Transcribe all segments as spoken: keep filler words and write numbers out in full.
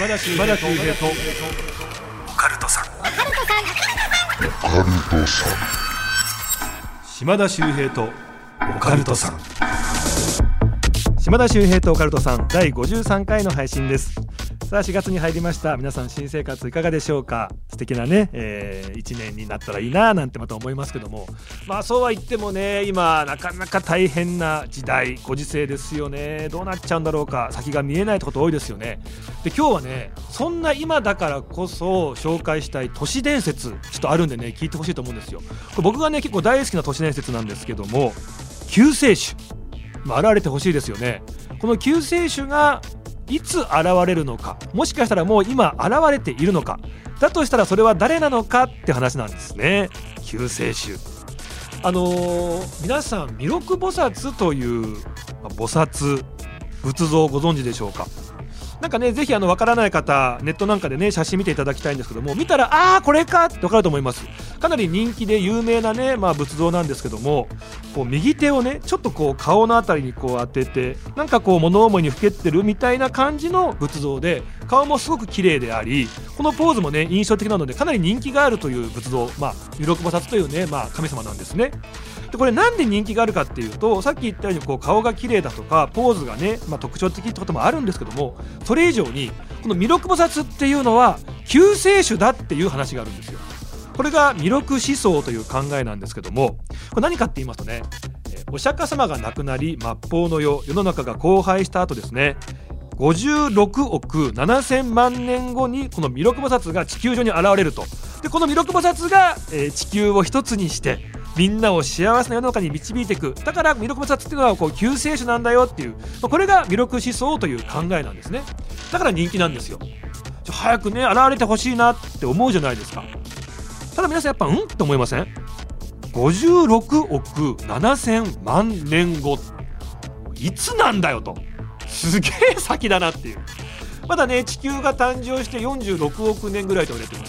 島田秀平とオカルトさん島田秀平とオカルトさん島田秀平とオカルトさんだいごじゅうさんかいの配信です。さあしがつに入りました。皆さん新生活いかがでしょうか。素敵なね、えー、いちねんになったらいいななんてまた思いますけども、まあそうは言ってもね、今なかなか大変な時代ご時世ですよね。どうなっちゃうんだろうか、先が見えないってこと多いですよね。で今日はね、そんな今だからこそ紹介したい都市伝説ちょっとあるんでね、聞いてほしいと思うんですよ。これ僕がね結構大好きな都市伝説なんですけども、救世主、まあ、現れてほしいですよね。この救世主がいつ現れるのか、もしかしたらもう今現れているのか、だとしたらそれは誰なのかって話なんですね。救世主、あのー、皆さん弥勒菩薩という、まあ、菩薩仏像をご存知でしょうか。なんかね、ぜひあの分からない方ネットなんかでね写真見ていただきたいんですけども、見たらあーこれかって分かると思います。かなり人気で有名なね、まあ、仏像なんですけども、こう右手をねちょっとこう顔のあたりにこう当てて、なんかこう物思いにふけってるみたいな感じの仏像で、顔もすごく綺麗であり、このポーズもね印象的なのでかなり人気があるという仏像、まあ、弥勒菩薩というね、まあ、神様なんですね。でこれなんで人気があるかっていうと、さっき言ったようにこう顔が綺麗だとかポーズがね、まあ、特徴的ってこともあるんですけども、それ以上にこの弥勒菩薩っていうのは救世主だっていう話があるんですよ。これが弥勒思想という考えなんですけども、これ何かって言いますとね、お釈迦様が亡くなり末法の世、世の中が荒廃した後ですね、ごじゅうろくおくななせんまんねんごにこの弥勒菩薩が地球上に現れると。でこの弥勒菩薩が、えー、地球を一つにしてみんなを幸せな世の中に導いていく。だから弥勒菩薩っていうのはこう救世主なんだよっていう、まあ、これが弥勒思想という考えなんですね。だから人気なんですよ。ちょ早くね現れてほしいなって思うじゃないですか。ただ皆さんやっぱうんって思いません？ごじゅうろくおくななせんまんねんご、いつなんだよと、すげえ先だなっていう。まだね地球が誕生してよんじゅうろくおくねんぐらいと言われています。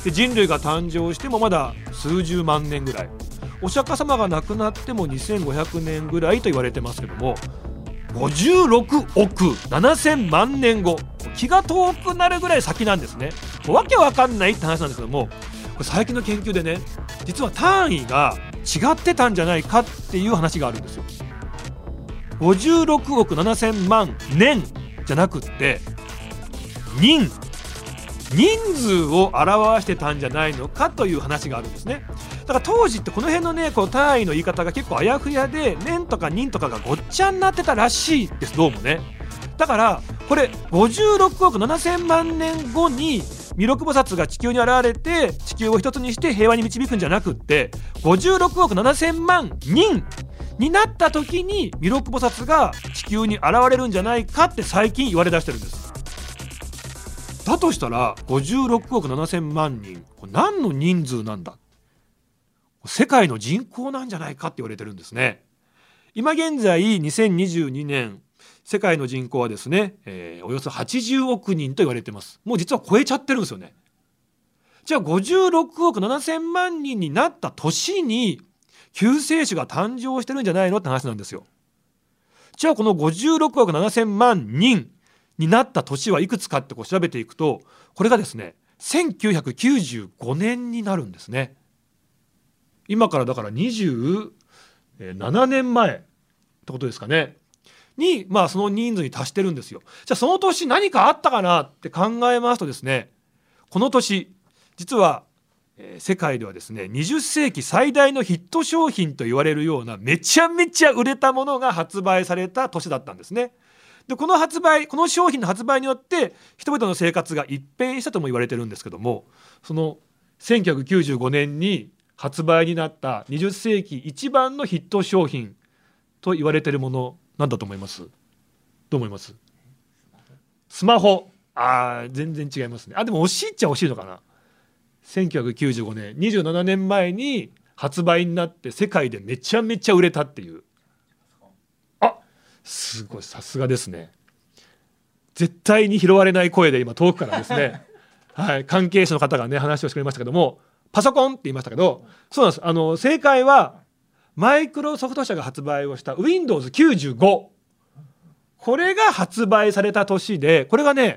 で人類が誕生してもまだ数十万年ぐらい、お釈迦様が亡くなってもにせんごひゃくねんぐらいと言われてますけども、ごじゅうろくおくななせんまんねんご、気が遠くなるぐらい先なんですね。わけわかんないって話なんですけども、これ最近の研究でね、実は単位が違ってたんじゃないかっていう話があるんですよ。ごじゅうろくおくななせんまん年じゃなくって人人数を表してたんじゃないのかという話があるんですね。だから当時ってこの辺のねこう単位の言い方が結構あやふやで、年とか人とかがごっちゃになってたらしいです。どうもね。だからこれごじゅうろくおくななせんまんねんごに弥勒菩薩が地球に現れて地球を一つにして平和に導くんじゃなくって、ごじゅうろくおくななせんまん人になった時に弥勒菩薩が地球に現れるんじゃないかって最近言われ出してるんです。だとしたらごじゅうろくおくななせんまんにん、これ何の人数なんだ、世界の人口なんじゃないかって言われてるんですね。今現在にせんにじゅうにねん世界の人口はですね、えー、およそはちじゅうおくにんと言われてます。もう実は超えちゃってるんですよね。じゃあごじゅうろくおくななせんまんにんになった年に救世主が誕生してるんじゃないのって話なんですよ。じゃあこのごじゅうろくおくななせんまんにんになった年はいくつかってこう調べていくと、これがですねせんきゅうひゃくきゅうじゅうごねんになるんですね。今からだからにじゅうななねんまえってことですかねに、まあその人数に達してるんですよ。じゃあその年何かあったかなって考えますとですね、この年実は、えー、世界ではですねにじゅっせいき最大のヒット商品と言われるようなめちゃめちゃ売れたものが発売された年だったんですね。でこの発売この商品の発売によって人々の生活が一変したとも言われてるんですけども、そのせんきゅうひゃくきゅうじゅうごねんに発売になったにじゅっせいき一番のヒット商品と言われているもの、何だと思います？どう思います？スマホ。あー全然違いますね。あでも惜しいっちゃ惜しいのかな。せんきゅうひゃくきゅうじゅうごねんにじゅうななねんまえに発売になって世界でめちゃめちゃ売れたっていう。あすごい、さすがですね。絶対に拾われない声で今遠くからですねはい、関係者の方がね話をしてくれましたけども、パソコンって言いましたけど、そうなんです。あの正解はマイクロソフト社が発売をした ウィンドウズきゅうじゅうご、 これが発売された年で、これがね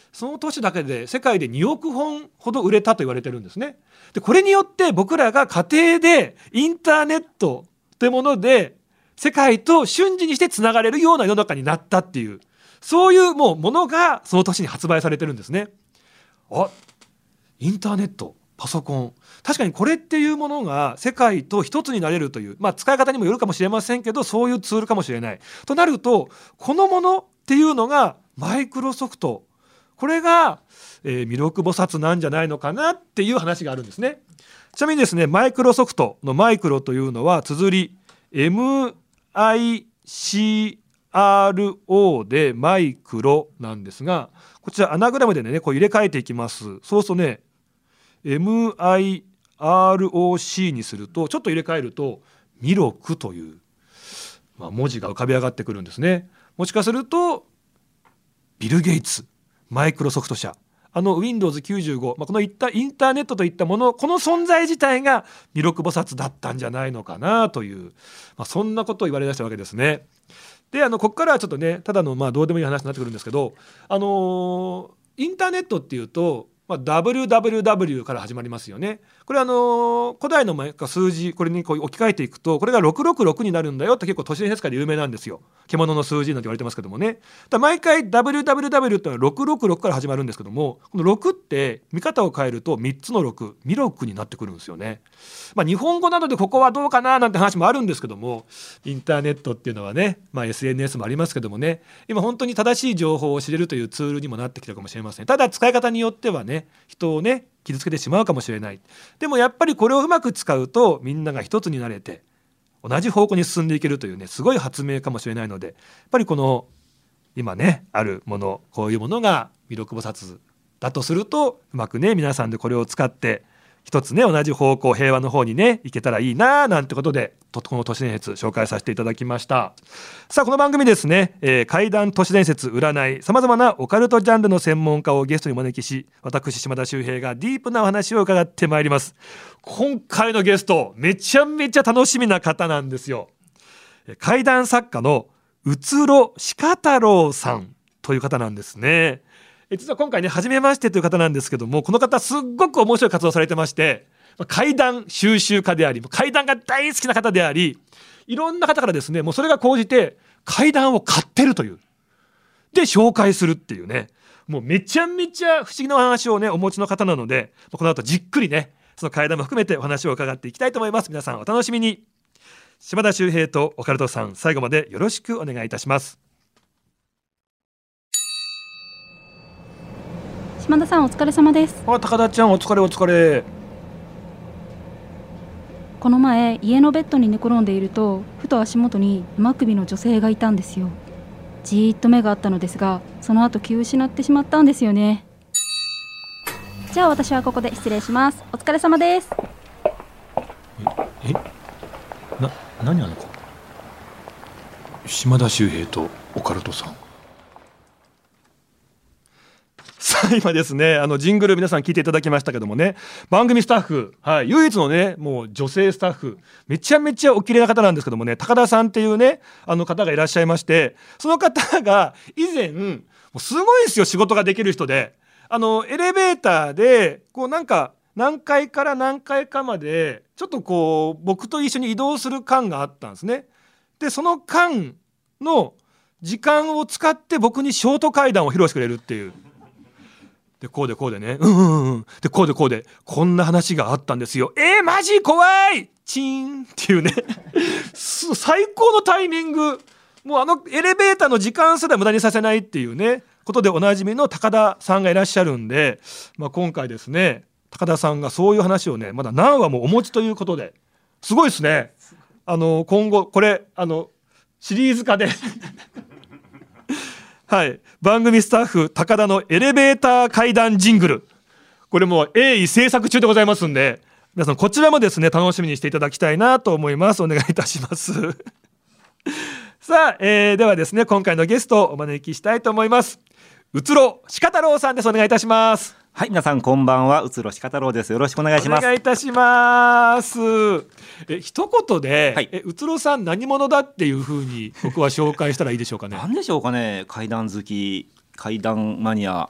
その年だけで世界でにおくほんほど売れたと言われてるんですね。でこれによって僕らが家庭でインターネットというもので世界と瞬時にしてつながれるような世の中になったっていう、そういうもうものがその年に発売されてるんですね。あ、インターネット、パソコン、確かにこれっていうものが世界と一つになれるという、まあ、使い方にもよるかもしれませんけど、そういうツールかもしれないとなると、このものっていうのがマイクロソフト、これが、えー、弥勒菩薩なんじゃないのかなっていう話があるんですね。ちなみにですね、マイクロソフトのマイクロというのは綴り エムアイシーアールオー でマイクロなんですが、こちらアナグラムでねこう入れ替えていきます。そうするとね エムアイアールオーシー にすると、ちょっと入れ替えると弥勒という、まあ、文字が浮かび上がってくるんですね。もしかするとビル・ゲイツ、マイクロソフト社、あの ウィンドウズきゅうじゅうご、まあ、このいったインターネットといったもの、この存在自体が弥勒菩薩だったんじゃないのかなという、まあ、そんなことを言われ出したわけですね。であのここからはちょっとねただのまあどうでもいい話になってくるんですけど、あのー、インターネットっていうと、まあ、ダブリューダブリューダブリュー から始まりますよね。これあのー、古代の数字これにこう置き換えていくと、これがろくろくろくになるんだよって結構都市伝説界で有名なんですよ。獣の数字なんて言われてますけどもね。だ毎回 ダブリューダブリューダブリュー ってのはろくろくろくから始まるんですけども、このろくって見方を変えるとみっつのろく、弥勒になってくるんですよね。まあ、日本語などでここはどうかななんて話もあるんですけども、インターネットっていうのはね、まあ、エスエヌエス もありますけどもね、今本当に正しい情報を知れるというツールにもなってきたかもしれません。ただ使い方によってはね人をね傷つけてしまうかもしれない。でもやっぱりこれをうまく使うとみんなが一つになれて同じ方向に進んでいけるというねすごい発明かもしれないので、やっぱりこの今ねあるもの、こういうものが弥勒菩薩だとすると、うまくね皆さんでこれを使って一つね同じ方向、平和の方にね行けたらいいななんてことで、とこの都市伝説紹介させていただきました。さあこの番組ですね、えー、怪談、都市伝説、占い、さまざまなオカルトジャンルの専門家をゲストにお招きし、私島田秀平がディープなお話を伺ってまいります。今回のゲストめちゃめちゃ楽しみな方なんですよ。怪談作家のうつろしかたろうさんという方なんですね。実は今回ね初めましてという方なんですけども、この方すっごく面白い活動をされてまして、怪談収集家であり、怪談が大好きな方であり、いろんな方からですねもうそれが高じて怪談を買ってるというで紹介するっていうね、もうめちゃめちゃ不思議なお話をねお持ちの方なので、この後じっくりねその怪談も含めてお話を伺っていきたいと思います。皆さんお楽しみに。島田秀平とオカルトさん、最後までよろしくお願いいたします。 島田さんお疲れ様です。 あ、高田ちゃんお疲れお疲れ。 この前家のベッドに寝転んでいると、ふと足元に馬首の女性がいたんですよ。じーっと目があったのですが、その後気を失ってしまったんですよね。じゃあ私はここで失礼します。お疲れ様です。 ええな何あの子、島田秀平とオカルトさん。さあ今ですねあのジングル皆さん聞いていただきましたけどもね、番組スタッフ、はい、唯一のねもう女性スタッフ、めちゃめちゃお綺麗な方なんですけどもね、高田さんっていうねあの方がいらっしゃいまして、その方が以前もうすごいですよ、仕事ができる人で、あのエレベーターでこうなんか何階から何階かまでちょっとこう僕と一緒に移動する間があったんですね。でその間の時間を使って僕にショート怪談を披露してくれるっていう。でこうでこうでね、うんうんうん、でこうでこうでこんな話があったんですよ。えー、マジ怖いチーンっていうね最高のタイミング、もうあのエレベーターの時間すら無駄にさせないっていうねことでおなじみの高田さんがいらっしゃるんで、まあ、今回ですね高田さんがそういう話をねまだ何話もお持ちということで、すごいですね。あの今後これあのシリーズ化ではい、番組スタッフ高田のエレベーター怪談ジングル、これもう鋭意制作中でございますんで、皆さんこちらもですね楽しみにしていただきたいなと思います。お願いいたしますさあ、えー、ではですね今回のゲストをお招きしたいと思います。うつろしかたろうさんです。お願いいたします。 はい、皆さんこんばんは、うつろしかたろうです。よろしくお願いします。 お願いいたします。え一言で、 はい、 えうつろさん何者だっていう風に僕は紹介したらいいでしょうかね。 何でしょうかね、怪談好き、怪談マニア、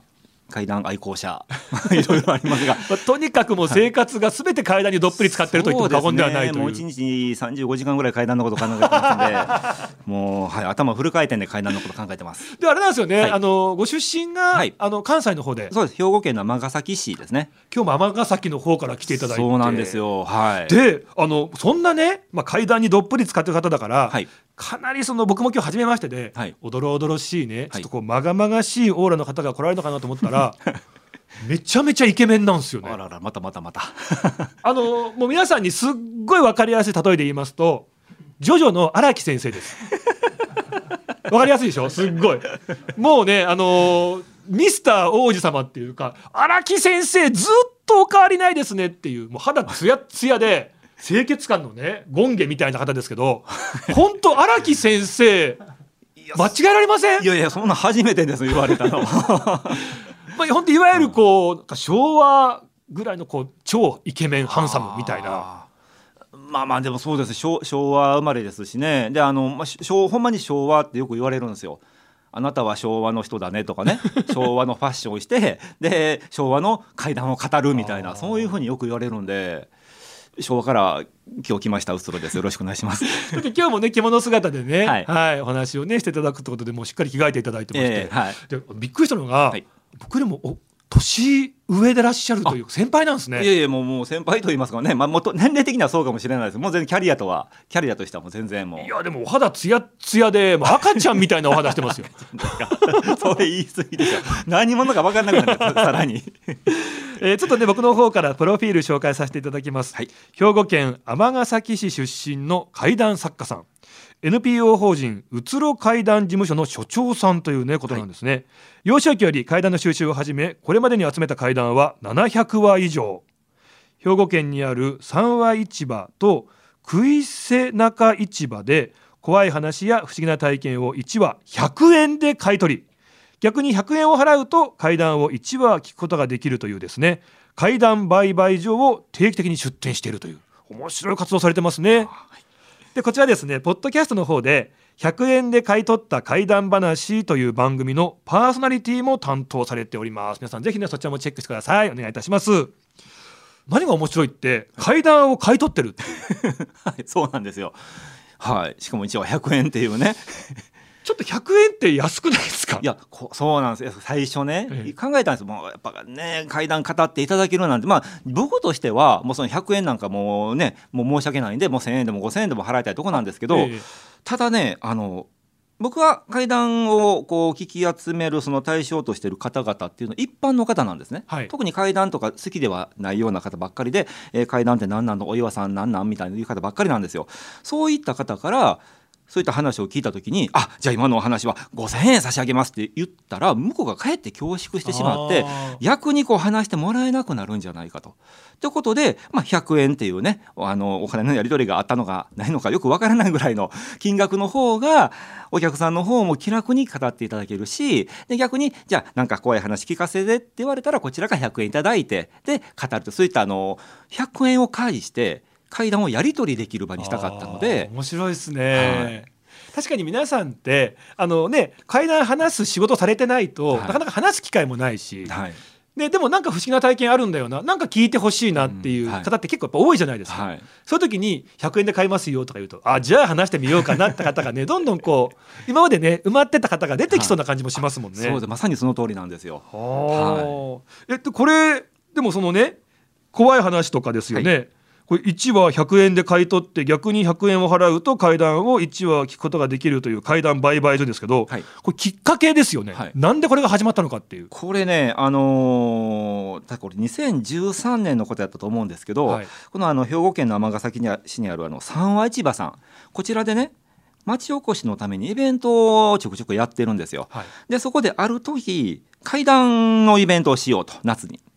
階段愛好者いろいろありますが、 まあ、とにかくもう生活がすべて階段にどっぷり使っていると言っても過言ではないという。 もういちにちにさんじゅうごじかんぐらい階段のこと考えてますんでもう、はい、頭フル回転で階段のこと考えてます。 であれなんですよね、 はい、 あのご出身が、はい、あの関西の方で。 そうです、兵庫県の尼崎市ですね。 今日も尼崎の方から来ていただいて。 そうなんですよ、はい、 であのそんなね、まあ、階段にどっぷり使ってる方だから、 はい、 かなりその僕も今日初めましてで、はい、おどろおどろしいね、はい、ちょっとこうまがまがしいオーラの方が来られるのかなと思ったらめちゃめちゃイケメンなんですよね。 あらら、またまたまたあのもう皆さんにすっごい分かりやすい例えで言いますと、ジョジョの荒木先生です。分かりやすいでしょ、すっごい。もうね、あのミスター王子様っていうか、荒木先生ずっとお変わりないですねっていう、もう肌ツヤツヤで清潔感のね権化みたいな方ですけど、本当荒木先生間違えられません？ いやいや、そんな初めてです言われたの。 まあ、本当いわゆるこう、なんか昭和ぐらいのこう超イケメンハンサムみたいな。 まあまあでもそうです、昭, 昭和生まれですしね。であの、まあ、昭ほんまに昭和ってよく言われるんですよ。あなたは昭和の人だねとかね昭和のファッションをしてで昭和の怪談を語るみたいな、そういうふうによく言われるんで、昭和から今日来ましたうつろです。よろしくお願いします。 今日もね着物姿でね、 はいはい、お話をねしていただくってことで、もうしっかり着替えていただいてまして、 えーはい、 でびっくりしたのが、はい、僕でもお年上でらっしゃるという先輩なんですね。 いやいや、もう、もう先輩と言いますかね、まあ、もっと年齢的にはそうかもしれないです。もう全然キャリアとはキャリアとしてはもう全然もう、 いやでもお肌ツヤツヤでもう赤ちゃんみたいなお肌してますよ。 それ言い過ぎでしょ。何者か分かんなくなるさらに、 えー、ちょっとね僕の方からプロフィール紹介させていただきます、はい、兵庫県尼崎市出身の怪談作家さん、エヌピーオー 法人うつろ怪談事務所の所長さんという、ね、ことなんですね、はい、幼少期より怪談の収集を始め、これまでに集めた怪談はななひゃくわ以上。兵庫県にある三和市場と食い瀬中市場で怖い話や不思議な体験をいちわひゃくえんで買い取り、逆にひゃくえんを払うと怪談をいちわ聞くことができるというですね、怪談売買所を定期的に出店しているという面白い活動されてますね。でこちらですね、ポッドキャストの方でひゃくえんで買い取った怪談話という番組のパーソナリティも担当されております。皆さんぜひねそちらもチェックしてください。お願いいたします。何が面白いって怪談を買い取ってるってはい、そうなんですよ。はい、しかも一応ひゃくえんっていうねちょっとひゃくえんって安くないですか？ いやこそうなんですよ。最初ね、ええ、考えたんです。もうやっぱね怪談語っていただけるなんて、まあ僕としてはもうそのひゃくえんなんかもうねもう申し訳ないんで、もうせんえんでもごせんえんでも払いたいとこなんですけど、ええ、ただねあの僕は怪談をこう聞き集めるその対象としている方々っていうのは一般の方なんですね、はい、特に怪談とか好きではないような方ばっかりで、えー、怪談って何なんのお岩さん何なんみたいな言う方ばっかりなんですよ。そういった方からそういった話を聞いたときに、あ、じゃあ今のお話はごせんえん差し上げますって言ったら、向こうがかえって恐縮してしまって逆にこう話してもらえなくなるんじゃないかと。ということで、まあ、ひゃくえんっていうねあのお金のやり取りがあったのかないのかよくわからないぐらいの金額の方がお客さんの方も気楽に語っていただけるし、で逆にじゃあなんか怖い話聞かせてって言われたらこちらがひゃくえんいただいてで語ると、そういったあのひゃくえんを介して怪談をやり取りできる場にしたかったので。 面白いですね、はい、確かに皆さんってあの、ね、怪談話す仕事されてないと、はい、なかなか話す機会もないし、はい、で, でもなんか不思議な体験あるんだよな、なんか聞いてほしいなっていう方って結構やっぱ多いじゃないですか、はい、そういう時にひゃくえんで買いますよとか言うと、あじゃあ話してみようかなって方がねどんどんこう今までね埋まってた方が出てきそうな感じもしますもんね、はい、 そうでまさにその通りなんですよ。 はい、えっとこれでもそのね怖い話とかですよね、はい、これいちわひゃくえんで買い取って逆にひゃくえんを払うと怪談をいちわ聞くことができるという怪談売買所ですけど、はい、これきっかけですよね、はい、なんでこれが始まったのかっていう。 これね、あのー、これにせんじゅうさんねんのことやったと思うんですけど、はい、このあの兵庫県の尼崎市にあるあの三和市場さん、こちらでね町おこしのためにイベントをちょくちょくやってるんですよ、はい、でそこである時怪談のイベントをしようと夏に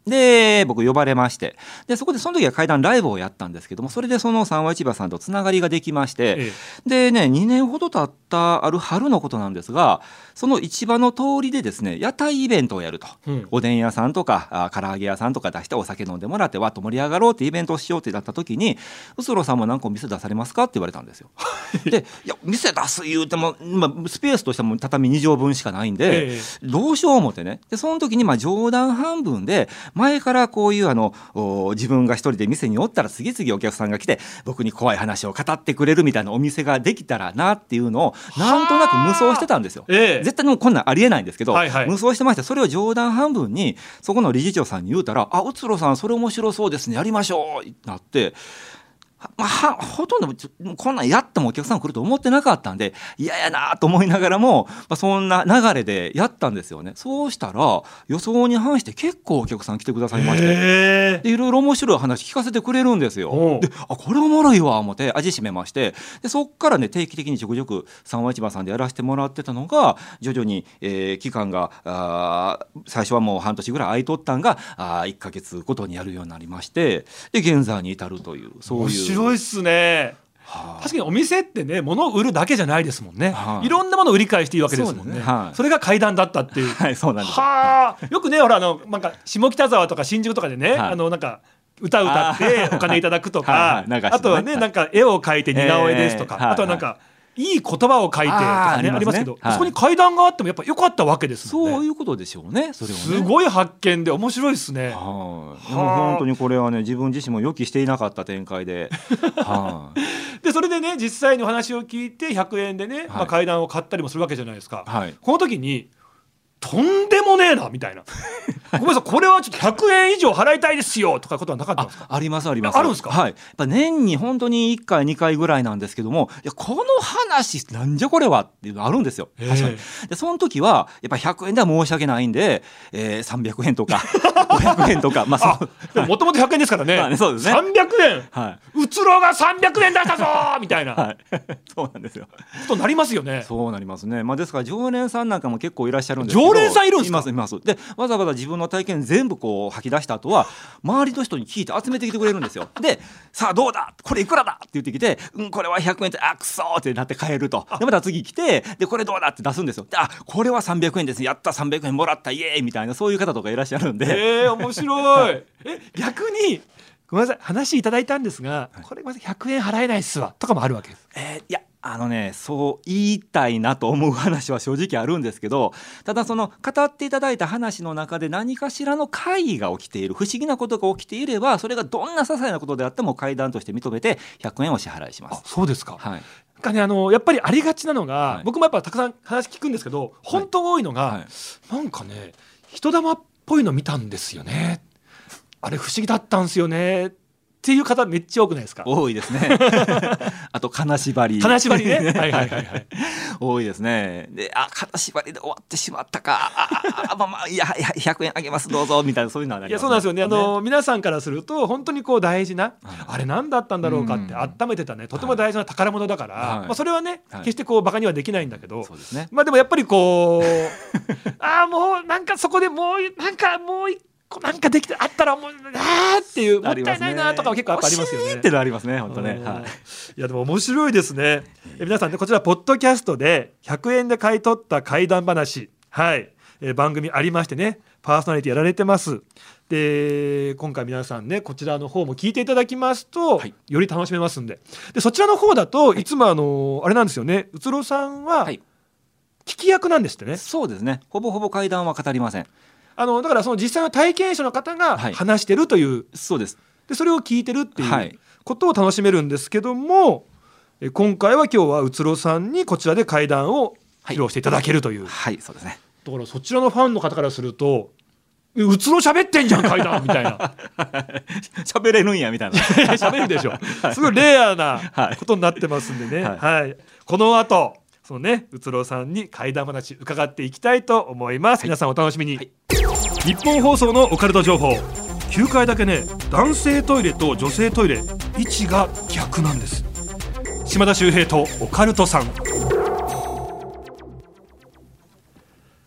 で僕呼ばれまして、でそこでその時は怪談ライブをやったんですけども、それでその三和市場さんとつながりができまして、ええ、でねにねんほど経ったある春のことなんですが、その市場の通りでですね屋台イベントをやると、うん、おでん屋さんとかあ唐揚げ屋さんとか出してお酒飲んでもらってわっと盛り上がろうってイベントをしようってなった時に、うつろさんも何かお店出されますかって言われたんですよでいや店出す言うても、まあ、スペースとしても畳に畳分しかないんで、ええ、どうしよう思ってね、でその時にまあ冗談半分で前からこういうあの自分が一人で店におったら次々お客さんが来て僕に怖い話を語ってくれるみたいなお店ができたらなっていうのをなんとなく無双してたんですよ、ええ、絶対にこんなんありえないんですけど、はいはい、無双してまして、それを冗談半分にそこの理事長さんに言うたら、あうつろさんそれ面白そうですねやりましょうってなって、まあ、ほとんどこんなんやってもお客さん来ると思ってなかったんで嫌やなと思いながらも、まあ、そんな流れでやったんですよね。そうしたら予想に反して結構お客さん来てくださいまして、でいろいろ面白い話聞かせてくれるんですよ。であこれおもろいわ思って味しめまして、でそっからね定期的にちょくちょく三和市場さんでやらせてもらってたのが徐々に、えー、期間があ最初はもう半年ぐらい空いとったんがあいっかげつごとにやるようになりまして、で現在に至るという、そういう面白いっすね。はあ、確かにお店ってね物を売るだけじゃないですもんね、はあ、いろんなものを売り買いしていいわけですもんね。 そ, ね、はあ、それが怪談だったっていう、はい、そうなんです。はあ、よくねほらあのなんか下北沢とか新宿とかでね、はあ、あのなんか歌歌ってお金いただくとか、はいはい、あとはねなんか絵を描いて似顔絵ですとか、えー、あとはなんか、はいはいいい言葉を書いてとかね あ, ありますけど、はい、そこに階段があってもやっぱ良かったわけですもんね。そういうことでしょうね。それはねすごい発見で面白いですね。はあ、はあ、本当にこれはね自分自身も予期していなかった展開で、はあ、でそれでね実際にお話を聞いてひゃくえんでね、はいまあ、階段を買ったりもするわけじゃないですか、はい、この時にとんでもねえなみたいなごめんなさいこれはちょっとひゃくえん以上払いたいですよとかことはなかったんですか？ あ, ありますあります。あるんですか？はい、やっぱ年に本当にいっかいにかいぐらいなんですけども、いやこの話なんじゃこれはっていうのあるんですよ。確かに。でその時はやっぱひゃくえんでは申し訳ないんで、えー、さんびゃくえんとかごひゃくえんとかまあそうもともとひゃくえんですからね。まあねそうですね。さんびゃくえん、はい、うつろがさんびゃくえん出したぞみたいな、はい、そうなんですよ。となりますよね。そうなりますね。まあですから常連さんなんかも結構いらっしゃるんですけど。常連さんいるんですか？いますいます。でわざわざ自分の体験全部こう吐き出した後は周りの人に聞いて集めてきてくれるんですよ。でさあどうだこれいくらだって言ってきて、うんこれはひゃくえんってあくそーってなって帰ると。でまた次来てでこれどうだって出すんですよ。であこれはさんびゃくえんですやったさんびゃくえんもらったイエーイみたいなそういう方とかいらっしゃるんで。えー、面白いえ逆にごめんなさい話いただいたんですが、はい、これまずひゃくえん払えないっすわとかもあるわけです。えー、いやあのねそう言いたいなと思う話は正直あるんですけど、ただその語っていただいた話の中で何かしらの怪異が起きている不思議なことが起きていればそれがどんな些細なことであっても怪談として認めてひゃくえんを支払いします。あそうですか。はい、なんかねあのやっぱりありがちなのが、はい、僕もやっぱたくさん話聞くんですけど本当多いのが、はいはい、なんかね人玉っぽいの見たんですよねあれ不思議だったんですよねっていう方めっちゃ多くないですか？多いですねあと金縛り金縛りねはいはいはい、はい、多いですね。であ金縛りで終わってしまったかあまあまあいやひゃくえんあげますどうぞみたいなそういうのはなります、ね、いやそうなんですよね。あの皆さんからすると本当にこう大事な、はい、あれ何だったんだろうかって温めてたねとても大事な宝物だから、はいまあ、それはね、はい、決してこうバカにはできないんだけど、そうですね。まあでもやっぱりこうあもうなんかそこでもうなんかもう一なんかできてあったらもうあーっていうもったいないなとかは結構やっぱありますよね。ってのありますね本当ね、はい、いやでも面白いですね。え皆さんねこちらポッドキャストでひゃくえんで買い取った怪談話、はいえ番組ありましてねパーソナリティやられてます。で今回皆さんねこちらの方も聞いていただきますと、はい、より楽しめますんで、でそちらの方だと、はい、いつもあのあれなんですよねうつろさんは聞き役なんですってね。そうですね。ほぼほぼ怪談は語りません。あのだからその実際の体験者の方が話してるという、はい、そうです。でそれを聞いてるっていうことを楽しめるんですけども、え今回は今日はうつろさんにこちらで怪談を披露していただけるという、はい、はい、そうですね。だからそちらのファンの方からするとうつろ喋ってんじゃん怪談みたいな喋れるんやみたいな喋るでしょすごいレアなことになってますんでね、はいはい、この後そのねうつろさんに怪談話伺っていきたいと思います、はい、皆さんお楽しみに、はい、日本放送のオカルト情報きゅうかいだけね男性トイレと女性トイレ位置が逆なんです。島田秀平とオカルトさん。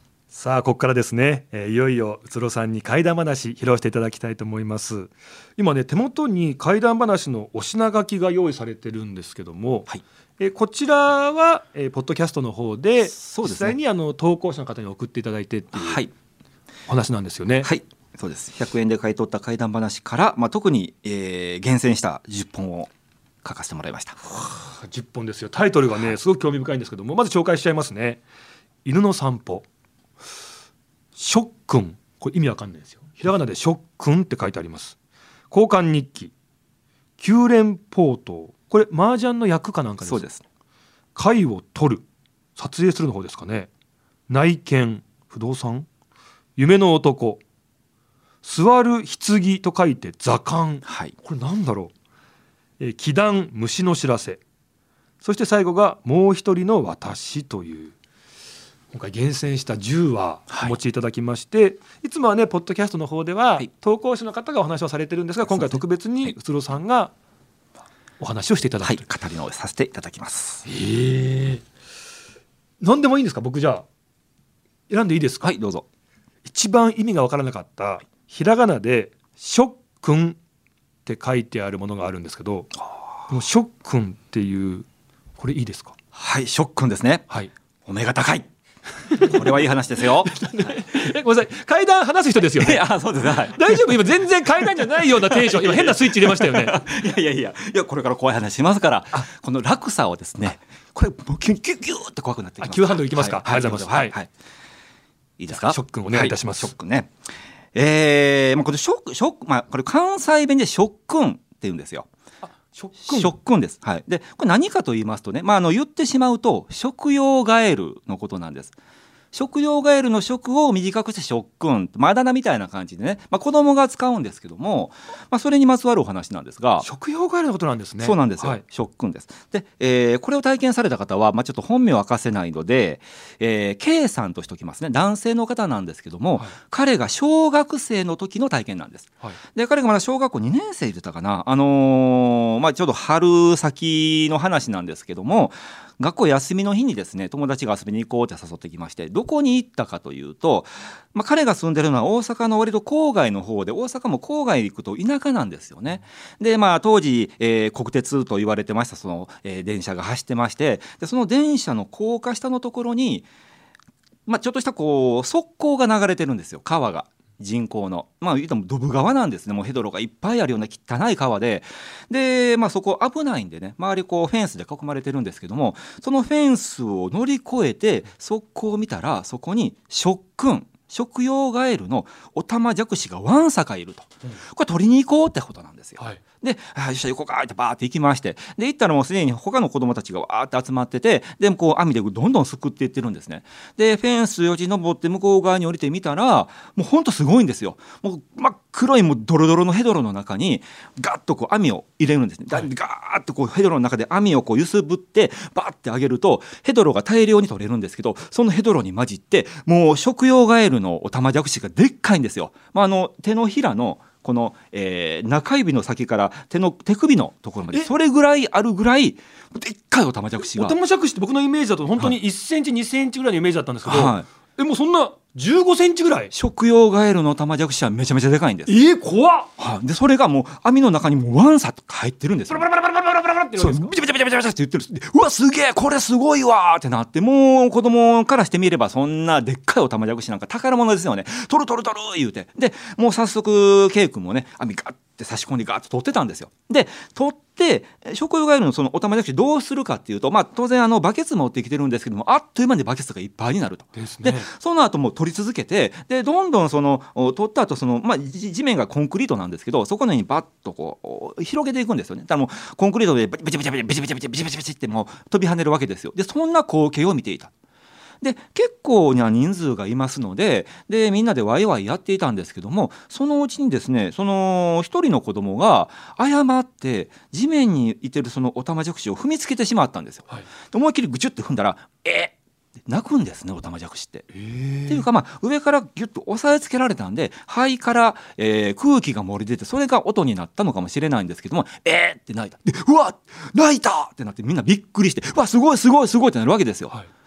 さあここからですね、えー、いよいようつろさんに怪談話披露していただきたいと思います。今ね手元に怪談話のお品書きが用意されてるんですけども、はい、えー、こちらは、えー、ポッドキャストの方で実際にあの投稿者の方に送っていただいてっていうお話なんですよね。 はい、そうです。ひゃくえんで買い取った怪談話から、まあ、特に、えー、厳選したじゅっぽんを書かせてもらいました。 じゅっぽんですよ。タイトルがねすごく興味深いんですけども、まず紹介しちゃいますね。犬の散歩、しょっくん、これ意味わかんないですよ。ひらがなでしょっくんって書いてあります。交換日記、九連ポート、これ麻雀の役かなんかです。 そうです。 貝を取る、撮影するの方ですかね。内見、不動産、夢の男、座る棺と書いて座棺、はい、これなんだろう。えー、祈願、虫の知らせ、そして最後がもう一人の私という今回厳選したじゅうわお持ちいただきまして、はい、いつもはねポッドキャストの方では、はい、投稿者の方がお話をされてるんですが、今回特別にうつろさんがお話をしていただく、はい、 語り直しさせていただきます。 へー、何でもいいんですか？僕じゃあ選んでいいですか？ はい、どうぞ。 一番意味が分からなかったひらがなでしょっくんって書いてあるものがあるんですけど、このしょっくんっていうこれいいですか？ はい、しょっくんですね。はい、お目が高いこれはいい話ですよえ、ごめんなさい、階段話す人ですよね。 あ、そうです、はい、 大丈夫？今全然階段じゃないようなテンション、今変なスイッチ入れましたよね。 いやいやいやいや、これから怖い話しますから、この落差をですね、これもう急にギュッギュッって怖くなってきます。 急ハンドルいきますか？ はい、ありがとうございます。はい、はい、いいですか？ ショックンお願いいたします。 はい、ショックンね、えーまあ、これショックショック、まあ、これ関西弁でショックンって言うんですよ。 ショックン、 ショックンです。はい、でこれ何かと言いますとね、まあ、あの言ってしまうと食用ガエルのことなんです。食用ガエルの食を短くしてしょっくん、まだなみたいな感じでね、まあ、子供が使うんですけども、まあ、それにまつわるお話なんですが、 食用ガエルのことなんですね。 そうなんですよ、はい、しょっくんです。で、えー、これを体験された方は、まあ、ちょっと本名を明かせないので、えー、K さんとしておきますね。男性の方なんですけども、はい、彼が小学生の時の体験なんです。はい、で彼がまだ小学校にねん生でたかな、あのーまあ、ちょうど春先の話なんですけども、学校休みの日にですね、友達が遊びに行こうって誘ってきまして、どこに行ったかというと、まあ、彼が住んでるのは大阪の割と郊外の方で、大阪も郊外に行くと田舎なんですよね。で、まあ、当時、えー、国鉄と言われてましたその、えー、電車が走ってまして、でその電車の高架下のところに、まあ、ちょっとしたこう側溝が流れてるんですよ。川が人工の、まあ言うとドブ川なんですね。もうヘドロがいっぱいあるような汚い川で、で、まあ、そこ危ないんでね、周りこうフェンスで囲まれてるんですけども、そのフェンスを乗り越えて側溝を見たら、そこにしょっくん、食用ガエルのオタマジャクシがわんさかいると、うん、これ取りに行こうってことなんですよ。はい、で、あ、よっしゃ行こうかってバーって行きまして、で行ったらもうすでに他の子供たちがわーって集まってて、でこう網でどんどんすくっていってるんですね。でフェンスよじ登って向こう側に降りてみたら、もうほんとすごいんですよ。もう真っ黒いもうドロドロのヘドロの中にガッとこう網を入れるんですね。ガーッとこうヘドロの中で網をこう揺すぶってバーって上げると、ヘドロが大量に取れるんですけど、そのヘドロに混じってもう食用ガエルのオタマジャクシがでっかいんですよ。まあ、あの手のひらのこの、えー、中指の先から手の手首のところまでそれぐらいあるぐらいでっかいオタマジャクシが。 オタマジャクシって僕のイメージだと本当にいっセンチ、はい、にセンチぐらいのイメージだったんですけど、はい、えもうそんなじゅうごセンチぐらい。 食用ガエルのオタマジャクシはめちゃめちゃでかいんです。 えー、怖っ、 はい、でそれがもう網の中にもワンサッと入ってるんですよ。 バラバラバラバラバラバラってそうビチャビチャビチャビチャって言ってる。うわすげえこれすごいわってなって、もう子供からしてみればそんなでっかいオタマジャクシなんか宝物ですよね。取る取る取る言うて、でもう早速ケイ君もね網ガッて差し込んでガッと取ってたんですよ。で取って食用ガエルのそのオタマジャクシどうするかっていうと、まあ、当然あのバケツ持ってきてるんですけども、あっという間にバケツがいっぱいになると。ですね。でその後も取り続けて、でどんどんその取った後その、まあ、地面がコンクリートなんですけど、そこにバッとこう広げていくんですよね。だからもうコンクリートでビチビチビチビチビチビチビチビチビチってもう飛び跳ねるわけですよ。でそんな光景を見ていた。で結構な人数がいますので、でみんなでワイワイやっていたんですけども、そのうちにですね、その一人の子供が誤って地面にいてるそのオタマジャクシを踏みつけてしまったんですよ。はい、思いっきりぐちゅって踏んだら、えっ泣くんですね、オタマジャクシって。っていうか、まあ、上からギュッと押さえつけられたんで肺から、えー、空気が漏れ出て、それが音になったのかもしれないんですけども、えーって泣いた。でうわ泣いたってなって、みんなびっくりして、うわすごいすごいすごいってなるわけですよ。はい、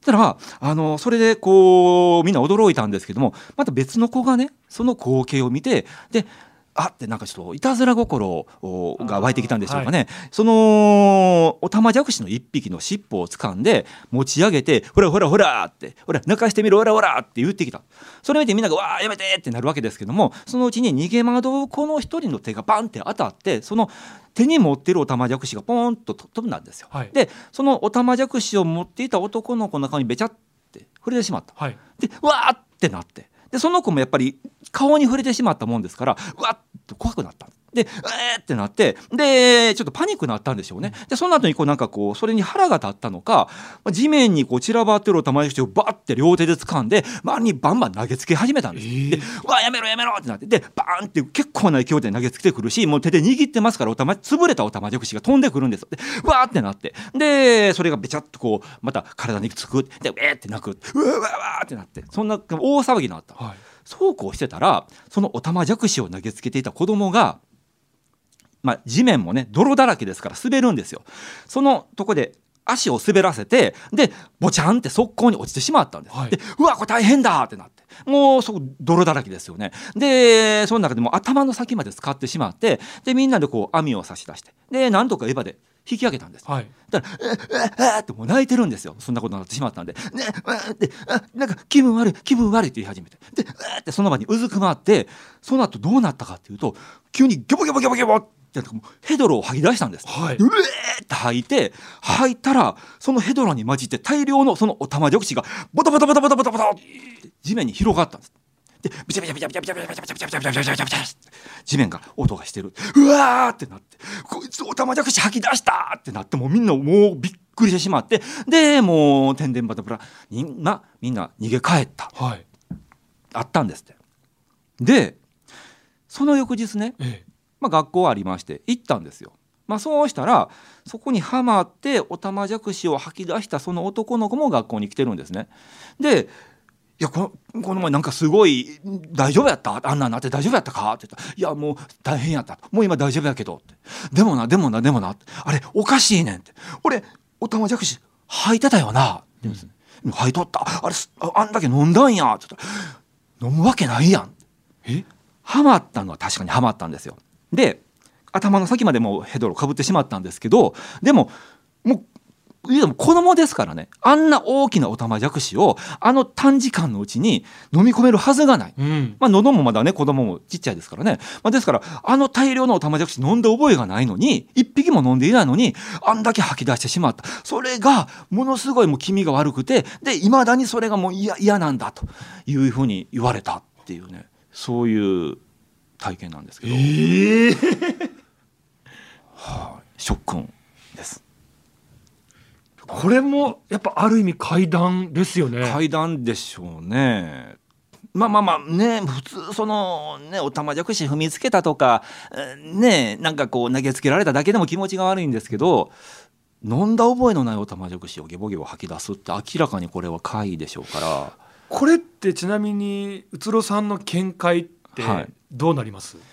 たらあのそれでこうみんな驚いたんですけども、また別の子がねその光景を見て、であってなんかちょっといたずら心が湧いてきたんでしょうかね、はい、そのオタマジャクシの一匹の尻尾を掴んで持ち上げて、ほらほらほらってほら泣かしてみろほらほらって言ってきた。それを見てみんながわーやめてってなるわけですけども、そのうちに逃げ惑う子の一人の手がバンって当たって、その手に持ってるオタマジャクシがポーンと飛んだんですよ、はい、でそのオタマジャクシを持っていた男の子の中にべちゃって触れてしまった、はい、でわーってなって、でその子もやっぱり顔に触れてしまったもんですからうわっと怖くなった。でえーってなって、でちょっとパニックになったんでしょうね。でその後にこうなんかこうそれに腹が立ったのか、地面にこう散らばってるオタマジャクシをバッて両手で掴んで周りにバンバン投げつけ始めたんです、えー、でうわやめろやめろってなって、でバーンって結構な勢いで投げつけてくるし、もう手で握ってますから、オタマ潰れたオタマジャクシが飛んでくるんですよ。でわーってなって、でそれがべちゃっとこうまた体につく、でえーって泣く、うわうわうわってなって、そんな大騒ぎになった、はい、そうこうしてたら、そのオタマジャクシを投げつけていた子供が、まあ、地面もね泥だらけですから滑るんですよ。そのとこで足を滑らせて、でボチャンって側溝に落ちてしまったんです、はい、でうわこれ大変だってなって、もうそこ泥だらけですよね。でその中でも頭の先まで使ってしまって、でみんなでこう網を差し出して、でなんとかエヴァで引き上げたんです、はい、だからえええってもう泣いてるんですよ。そんなことになってしまったんで、ねえってあなんか気分悪い気分悪いって言い始めて、でえってその場にうずくまって、その後どうなったかっていうと、急にギョボギョボギョボギョボってヘドロを吐き出したんです、はい、うえーって吐いて吐いたら、そのヘドロに混じって大量のそのオタマジャクシがボタボタボタボタボタボタって地面に広がったんです。でビチャビチャビチャビチャビチャビチャビチャビチャビチャビチャビチャビチャビチャ地面が音がしてる、うわーってなって、こいつオタマジャクシ吐き出したってなって、もうみんなもうびっくりしてしまって、でもうてんでんばたぶらみんなみんな逃げ帰った、はい、あったんですって。でその翌日ね、ええまあ、学校ありまして行ったんですよ。まあ、そうしたらそこにはまってオタマジャクシを吐き出したその男の子も学校に来てるんですね。でいやこの、この前なんかすごい大丈夫やったあんなんなって大丈夫やったかって言ったら、いやもう大変やったもう今大丈夫やけどって、でもなでもなでもなあれおかしいねんって、俺オタマジャクシ吐いてたよなって言うんですね、うん、吐いとったあれ あ, あんだけ飲んだんやって言ったら、飲むわけないやん。えはまったのは確かにはまったんですよ。で頭の先までもうヘドロかぶってしまったんですけど、でももういや子供ですからね、あんな大きなオタマジャクシをあの短時間のうちに飲み込めるはずがない、うんまあ、喉もまだね子供もちっちゃいですからね、まあ、ですからあの大量のオタマジャクシ飲んで覚えがないのに、一匹も飲んでいないのにあんだけ吐き出してしまった。それがものすごいもう気味が悪くて、で未だにそれがもう嫌嫌なんだというふうに言われたっていうね、そういう体験なんですけど、えーはあ、ショックンです。 これもやっぱある意味怪談ですよね。 怪談でしょうね。まあまあまあね、普通そのねオタマジャクシ踏みつけたとかね、なんかこう投げつけられただけでも気持ちが悪いんですけど、飲んだ覚えのないオタマジャクシをゲボゲボ吐き出すって明らかにこれは怪異でしょうから。 これってちなみにうつろさんの見解ってどうなります？はい、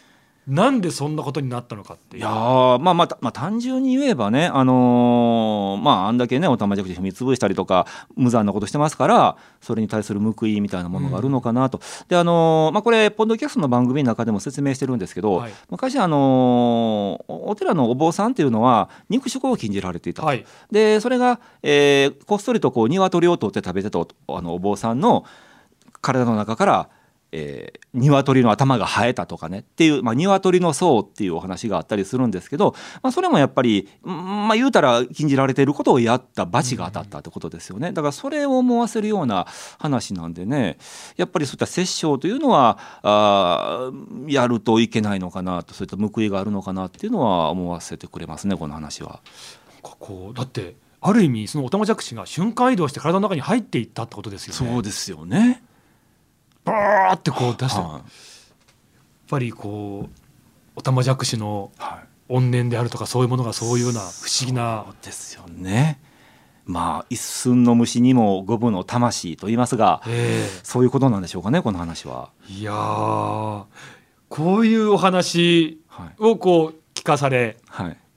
なんでそんなことになったのかっていう。 いやー、まあまあ、まあ単純に言えばね、あのー、まああんだけねオタマジャクシ踏み潰したりとか無残なことしてますから、それに対する報いみたいなものがあるのかなと、うん、であのー、まあこれポッドキャストの番組の中でも説明してるんですけど、はい、昔あのー、お寺のお坊さんっていうのは肉食を禁じられていた、はい、でそれが、えー、こっそりとこう鶏を取って食べてた お, あのお坊さんの体の中からえー、鶏の頭が生えたとかねっていう、まあ、鶏の層っていうお話があったりするんですけど、まあ、それもやっぱり、まあ、言うたら禁じられていることをやった罰が当たったってことですよね。だからそれを思わせるような話なんでね、やっぱりそういった殺生というのはあやるといけないのかなと、そういった報いがあるのかなっていうのは思わせてくれますね、この話は。 こうだってある意味そのオタマジャクシが瞬間移動して体の中に入っていったってことですよね。 そうですよね。 バーってこう出して、はあ、やっぱりこうオタマジャクシの怨念であるとかそういうものがそういうような不思議な。 そうですよね。まあ一寸の虫にも五分の魂と言いますが、えー、そういうことなんでしょうかね、この話は。 いやー、こういうお話をこう聞かされ、はい、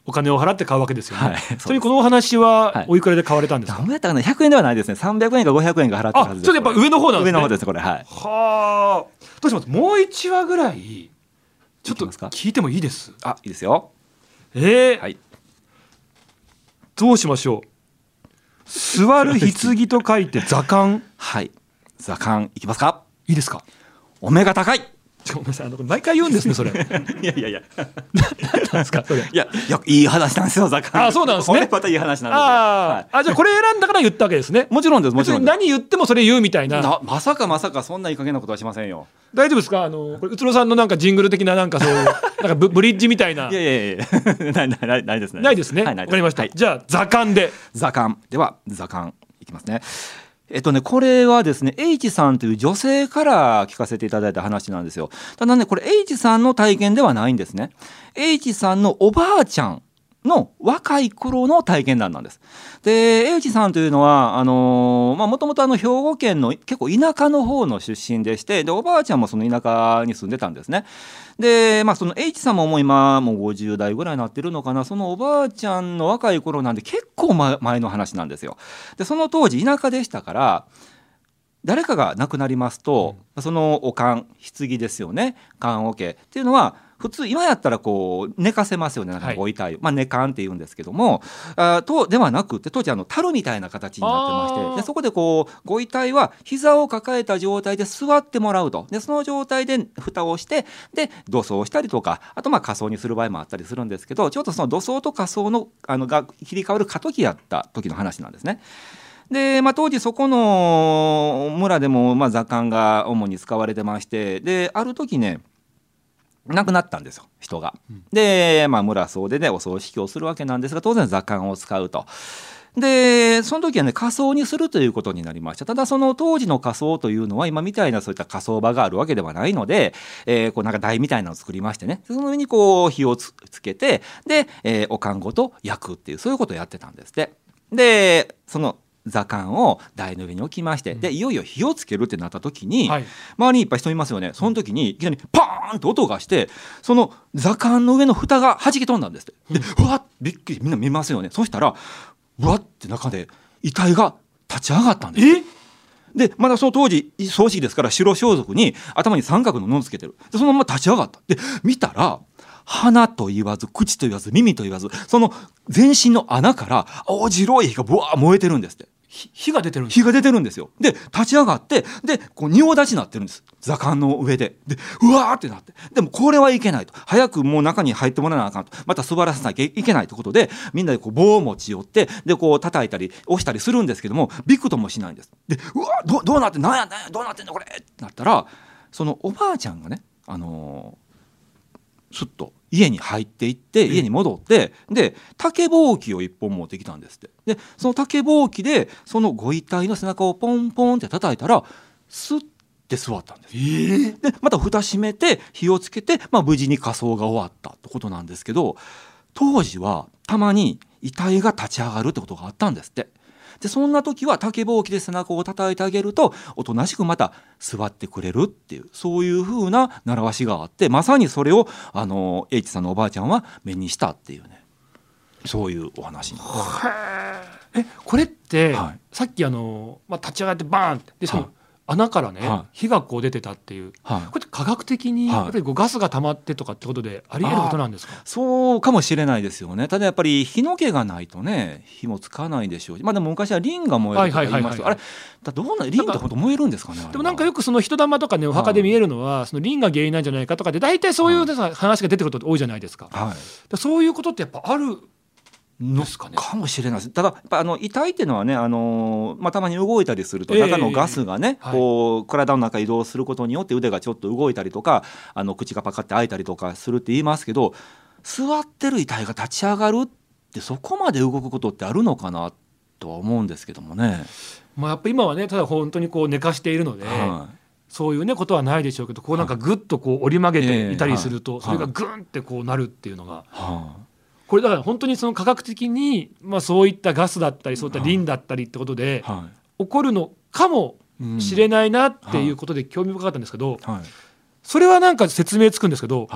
お金を払って買うわけですよね、 はい、 それにこのお話はおいくらで買われたんですか？ 何やったかな、ひゃくえんではないですね。さんびゃくえんかごひゃくえんか払ってるはずです。 あ、ちょっとやっぱ上の方なんですね。 上の方ですこれ。はい。 はあ、どうします？もういちわぐらいちょっと聞いてもいいです？ あ、いいですよ。 えーはい、 どうしましょう。座る棺と書いて座棺。 はい、座棺いきますか？ いいですか？ お目が高い。 ごめんなさい、あの毎回言うんですねそれ。 いやいやいや何なんですかそれ。 いやいや、いい話なんですよ座棺。 あ、そうなんですね。 これまたいい話なんですよ。 あ、 はい、 あ、じゃあこれ選んだから言ったわけですね。 もちろんです、もちろんです。 何言ってもそれ言うみたいな。 なまさかまさかそんないい加減なことはしませんよ。 大丈夫ですか？あのこれうつろさんのなんかジングル的ななんかそういうなんか ブ, ブリッジみたいな。 いやいやいやないないないないですね。 ないですね。わ、 はい、 かりました。 はい、 じゃあ座棺で。 座棺では座棺いきますね。えっとね、これはですね H さんという女性から聞かせていただいた話なんですよ。ただね、これ H さんの体験ではないんですね。 H さんのおばあちゃんの若い頃の体験談なんです。で H さんというのはあのーまあ、もともとあの兵庫県の結構田舎の方の出身でして、でおばあちゃんもその田舎に住んでたんですね。で、まあ、その H さんももう今もうごじゅう代ぐらいになってるのかな。そのおばあちゃんの若い頃なんで結構前の話なんですよ。でその当時田舎でしたから、誰かが亡くなりますと、うん、そのお棺、棺ですよね、棺桶っていうのは普通今やったらこう寝かせますよね、なんかご遺体を、はい、まあ、寝棺って言うんですけども、あとではなくて当時あの樽みたいな形になってまして、でそこでこうご遺体は膝を抱えた状態で座ってもらうと。でその状態で蓋をしてで土葬したりとか、あとまあ火葬にする場合もあったりするんですけど、ちょっとその土葬と火葬のあのが切り替わる過渡期やった時の話なんですね。で、まあ、当時そこの村でもまあ座棺が主に使われてまして、である時ね亡くなったんですよ、人が。で、まあ、村総出でお葬式をするわけなんですが、当然座棺を使うと。でその時はね火葬にするということになりました。ただその当時の火葬というのは今みたいなそういった火葬場があるわけではないので、えー、こうなんか台みたいなのを作りましてね、その上にこう火を つ, つけてで、えー、お棺ごと焼くっていう、そういうことをやってたんですって。でその座棺を台の上に置きまして、でいよいよ火をつけるってなった時に、はい、周りにいっぱい人いますよね。その時にいきなりパーンと音がして、その座棺の上の蓋が弾き飛んだんですって。でうわっびっくり、みんな見ますよね。そしたらうわって中で遺体が立ち上がったんです。えでまだその当時葬式ですから白装束に頭に三角の布をつけてる。でそのまま立ち上がった。で見たら鼻と言わず口と言わず耳と言わず、その全身の穴から青白い火がブワー燃えてるんですって。 火が出てるんです。 火が出てるんですよ。で立ち上がってでこう仁王立ちになってるんです、座棺の上で。でうわーってなって、でもこれはいけないと、早くもう中に入ってもらわなあかんと、また座らせなきゃいけないということで、みんなでこう棒を持ち寄ってでこう叩いたり押したりするんですけども、びくともしないんです。でうわー ど, どうなってんなんやなんやどうなってんのこれってなったら、そのおばあちゃんがね、あのー、すっと家に入っていって家に戻って、で竹ぼうきを一本持ってきたんですって。でその竹ぼうきでそのご遺体の背中をポンポンって叩いたらスッて座ったんです。えー、でまた蓋閉めて火をつけて、まあ、無事に火葬が終わったってことなんですけど、当時はたまに遺体が立ち上がるってことがあったんですって。でそんな時は竹ぼうきで背中を叩いてあげるとおとなしくまた座ってくれるっていう、そういう風な習わしがあって、まさにそれをあの H さんのおばあちゃんは目にしたっていうね、そういうお話なんです。 えこれって、 はい、 さっきあの、まあ、立ち上がってバーンってでその、はい、穴からね、はい、火がこう出てたっていう、はい、これって科学的にやっぱりこうガスが溜まってとかってことであり得ることなんですか？ そうかもしれないですよね。ただやっぱり火の気がないとね火もつかないでしょうし、まあ、でも昔はリンが燃えるとか言いますけど、あれだどうなリンって本当燃えるんですかね。 でもなんかよくその人玉とかねお墓で見えるのは、はい、そのリンが原因なんじゃないかとかで大体そういう話が出てくること多いじゃないですか。はい、そういうことってやっぱあるのかね、 かもしれないです。ただやっぱあの遺体っていうのはね、あのーまあ、たまに動いたりすると中のガスがね、えー、こう体の中移動することによって腕がちょっと動いたりとか、あの口がパカって開いたりとかするって言いますけど、座ってる遺体が立ち上がるってそこまで動くことってあるのかなとは思うんですけどもね。 まあ、やっぱ今はねただ本当にこう寝かしているので、はい、そういうねことはないでしょうけど、こうなんかグッとこう折り曲げていたりすると、はい、それがグンってこうなるっていうのが、はい、これだから本当にその科学的に、まあ、そういったガスだったりそういったリンだったりってことで、はい、起こるのかもしれないなっていうことで興味深かったんですけど、はい、それはなんか説明つくんですけど、はい、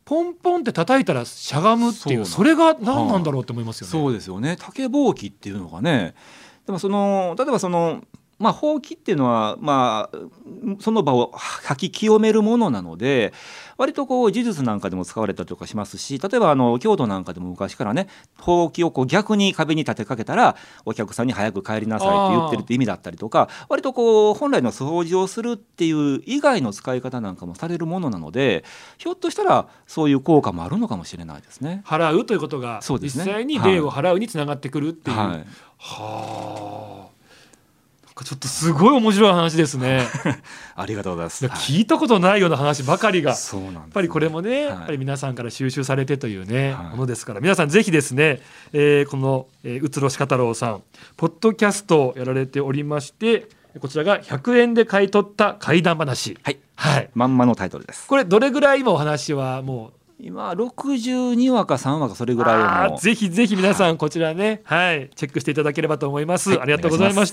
ポンポンって叩いたらしゃがむっていう、それが何なんだろうって思いますよね。 そうですよね。竹ぼうきっていうのがね、でもその例えばそのまあ、ほうきっていうのは、まあ、その場を吐き清めるものなので、割とこう呪術なんかでも使われたりとかしますし、例えばあの京都なんかでも昔からね、ほうきをこう逆に壁に立てかけたらお客さんに早く帰りなさいって言ってるって意味だったりとか、割とこう本来の掃除をするっていう以外の使い方なんかもされるものなので、ひょっとしたらそういう効果もあるのかもしれないですね。 払うということが実際に霊を払うにつながってくるっていう、はいはい、はあ、ちょっとすごい面白い話ですね。 ありがとうございます。 聞いたことないような話ばかりが、 そうなんですね、 やっぱりこれもね、はい、やっぱり皆さんから収集されてというね、はい、ものですから、皆さんぜひですね、えー、この、えー、うつろしかたろうさんポッドキャストをやられておりまして、こちらがひゃくえんで買い取った怪談話、 はい、はい、まんまのタイトルです。 これどれぐらい今お話はもう今ろくじゅうにわかさんわかそれぐらいの、 ぜひぜひ皆さんこちらね、はい、チェックしていただければと思います、はい、ありがとうございました。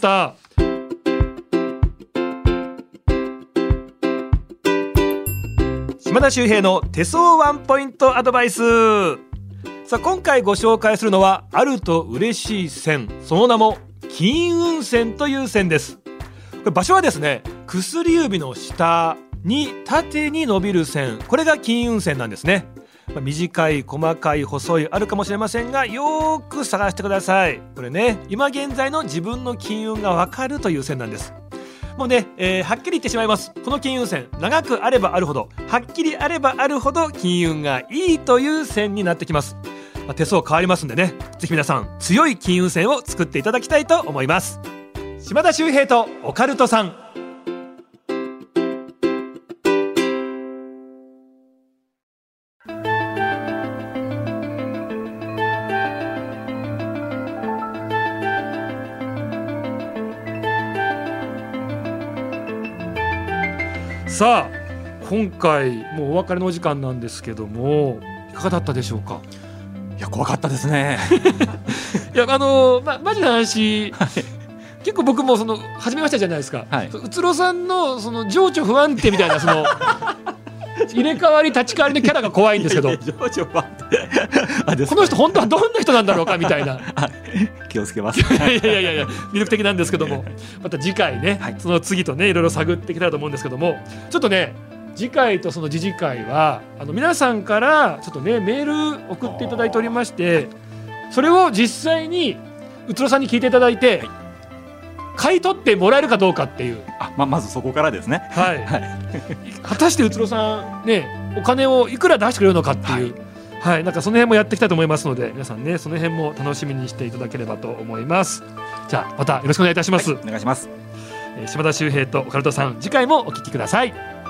島田秀平の手相ワンポイントアドバイス。さあ今回ご紹介するのはあると嬉しい線、その名も金運線という線です。これ場所はですね、薬指の下に縦に伸びる線、これが金運線なんですね。まあ、短い細かい細いあるかもしれませんが、よーく探してください。これね、今現在の自分の金運がわかるという線なんです。もうね、えー、はっきり言ってしまいます。この金運線、長くあればあるほど、はっきりあればあるほど金運がいいという線になってきます。まあ、手相変わりますんでね、ぜひ皆さん強い金運線を作っていただきたいと思います。島田秀平とオカルトさん。さあ今回もうお別れのお時間なんですけども、いかがだったでしょうか。 いや怖かったですね。 いやあのー、ま、マジな話、はい、結構僕もその始めましたじゃないですか、はい、うつろさんのその情緒不安定みたいなその入れ替わり立ち替わりのキャラが怖いんですけど、いやいや情緒不安定この人本当はどんな人なんだろうかみたいな気をつけます。 いやいやいやいや魅力的なんですけども、また次回ね、はい、その次とねいろいろ探っていけたらと思うんですけども、ちょっとね次回とその次次回はあの皆さんからちょっとねメール送っていただいておりまして、それを実際にうつろさんに聞いていただいて、はい、買い取ってもらえるかどうかっていう、 あ、ま, まずそこからですね。 はい、はい、果たしてうつろさんねお金をいくら出してくれるのかっていう、はいはい、なんかその辺もやっていきたいと思いますので、皆さんねその辺も楽しみにしていただければと思います。じゃあまたよろしくお願いいたします。 はい、お願いします。 島田秀平とオカルトさん、次回もお聞きください。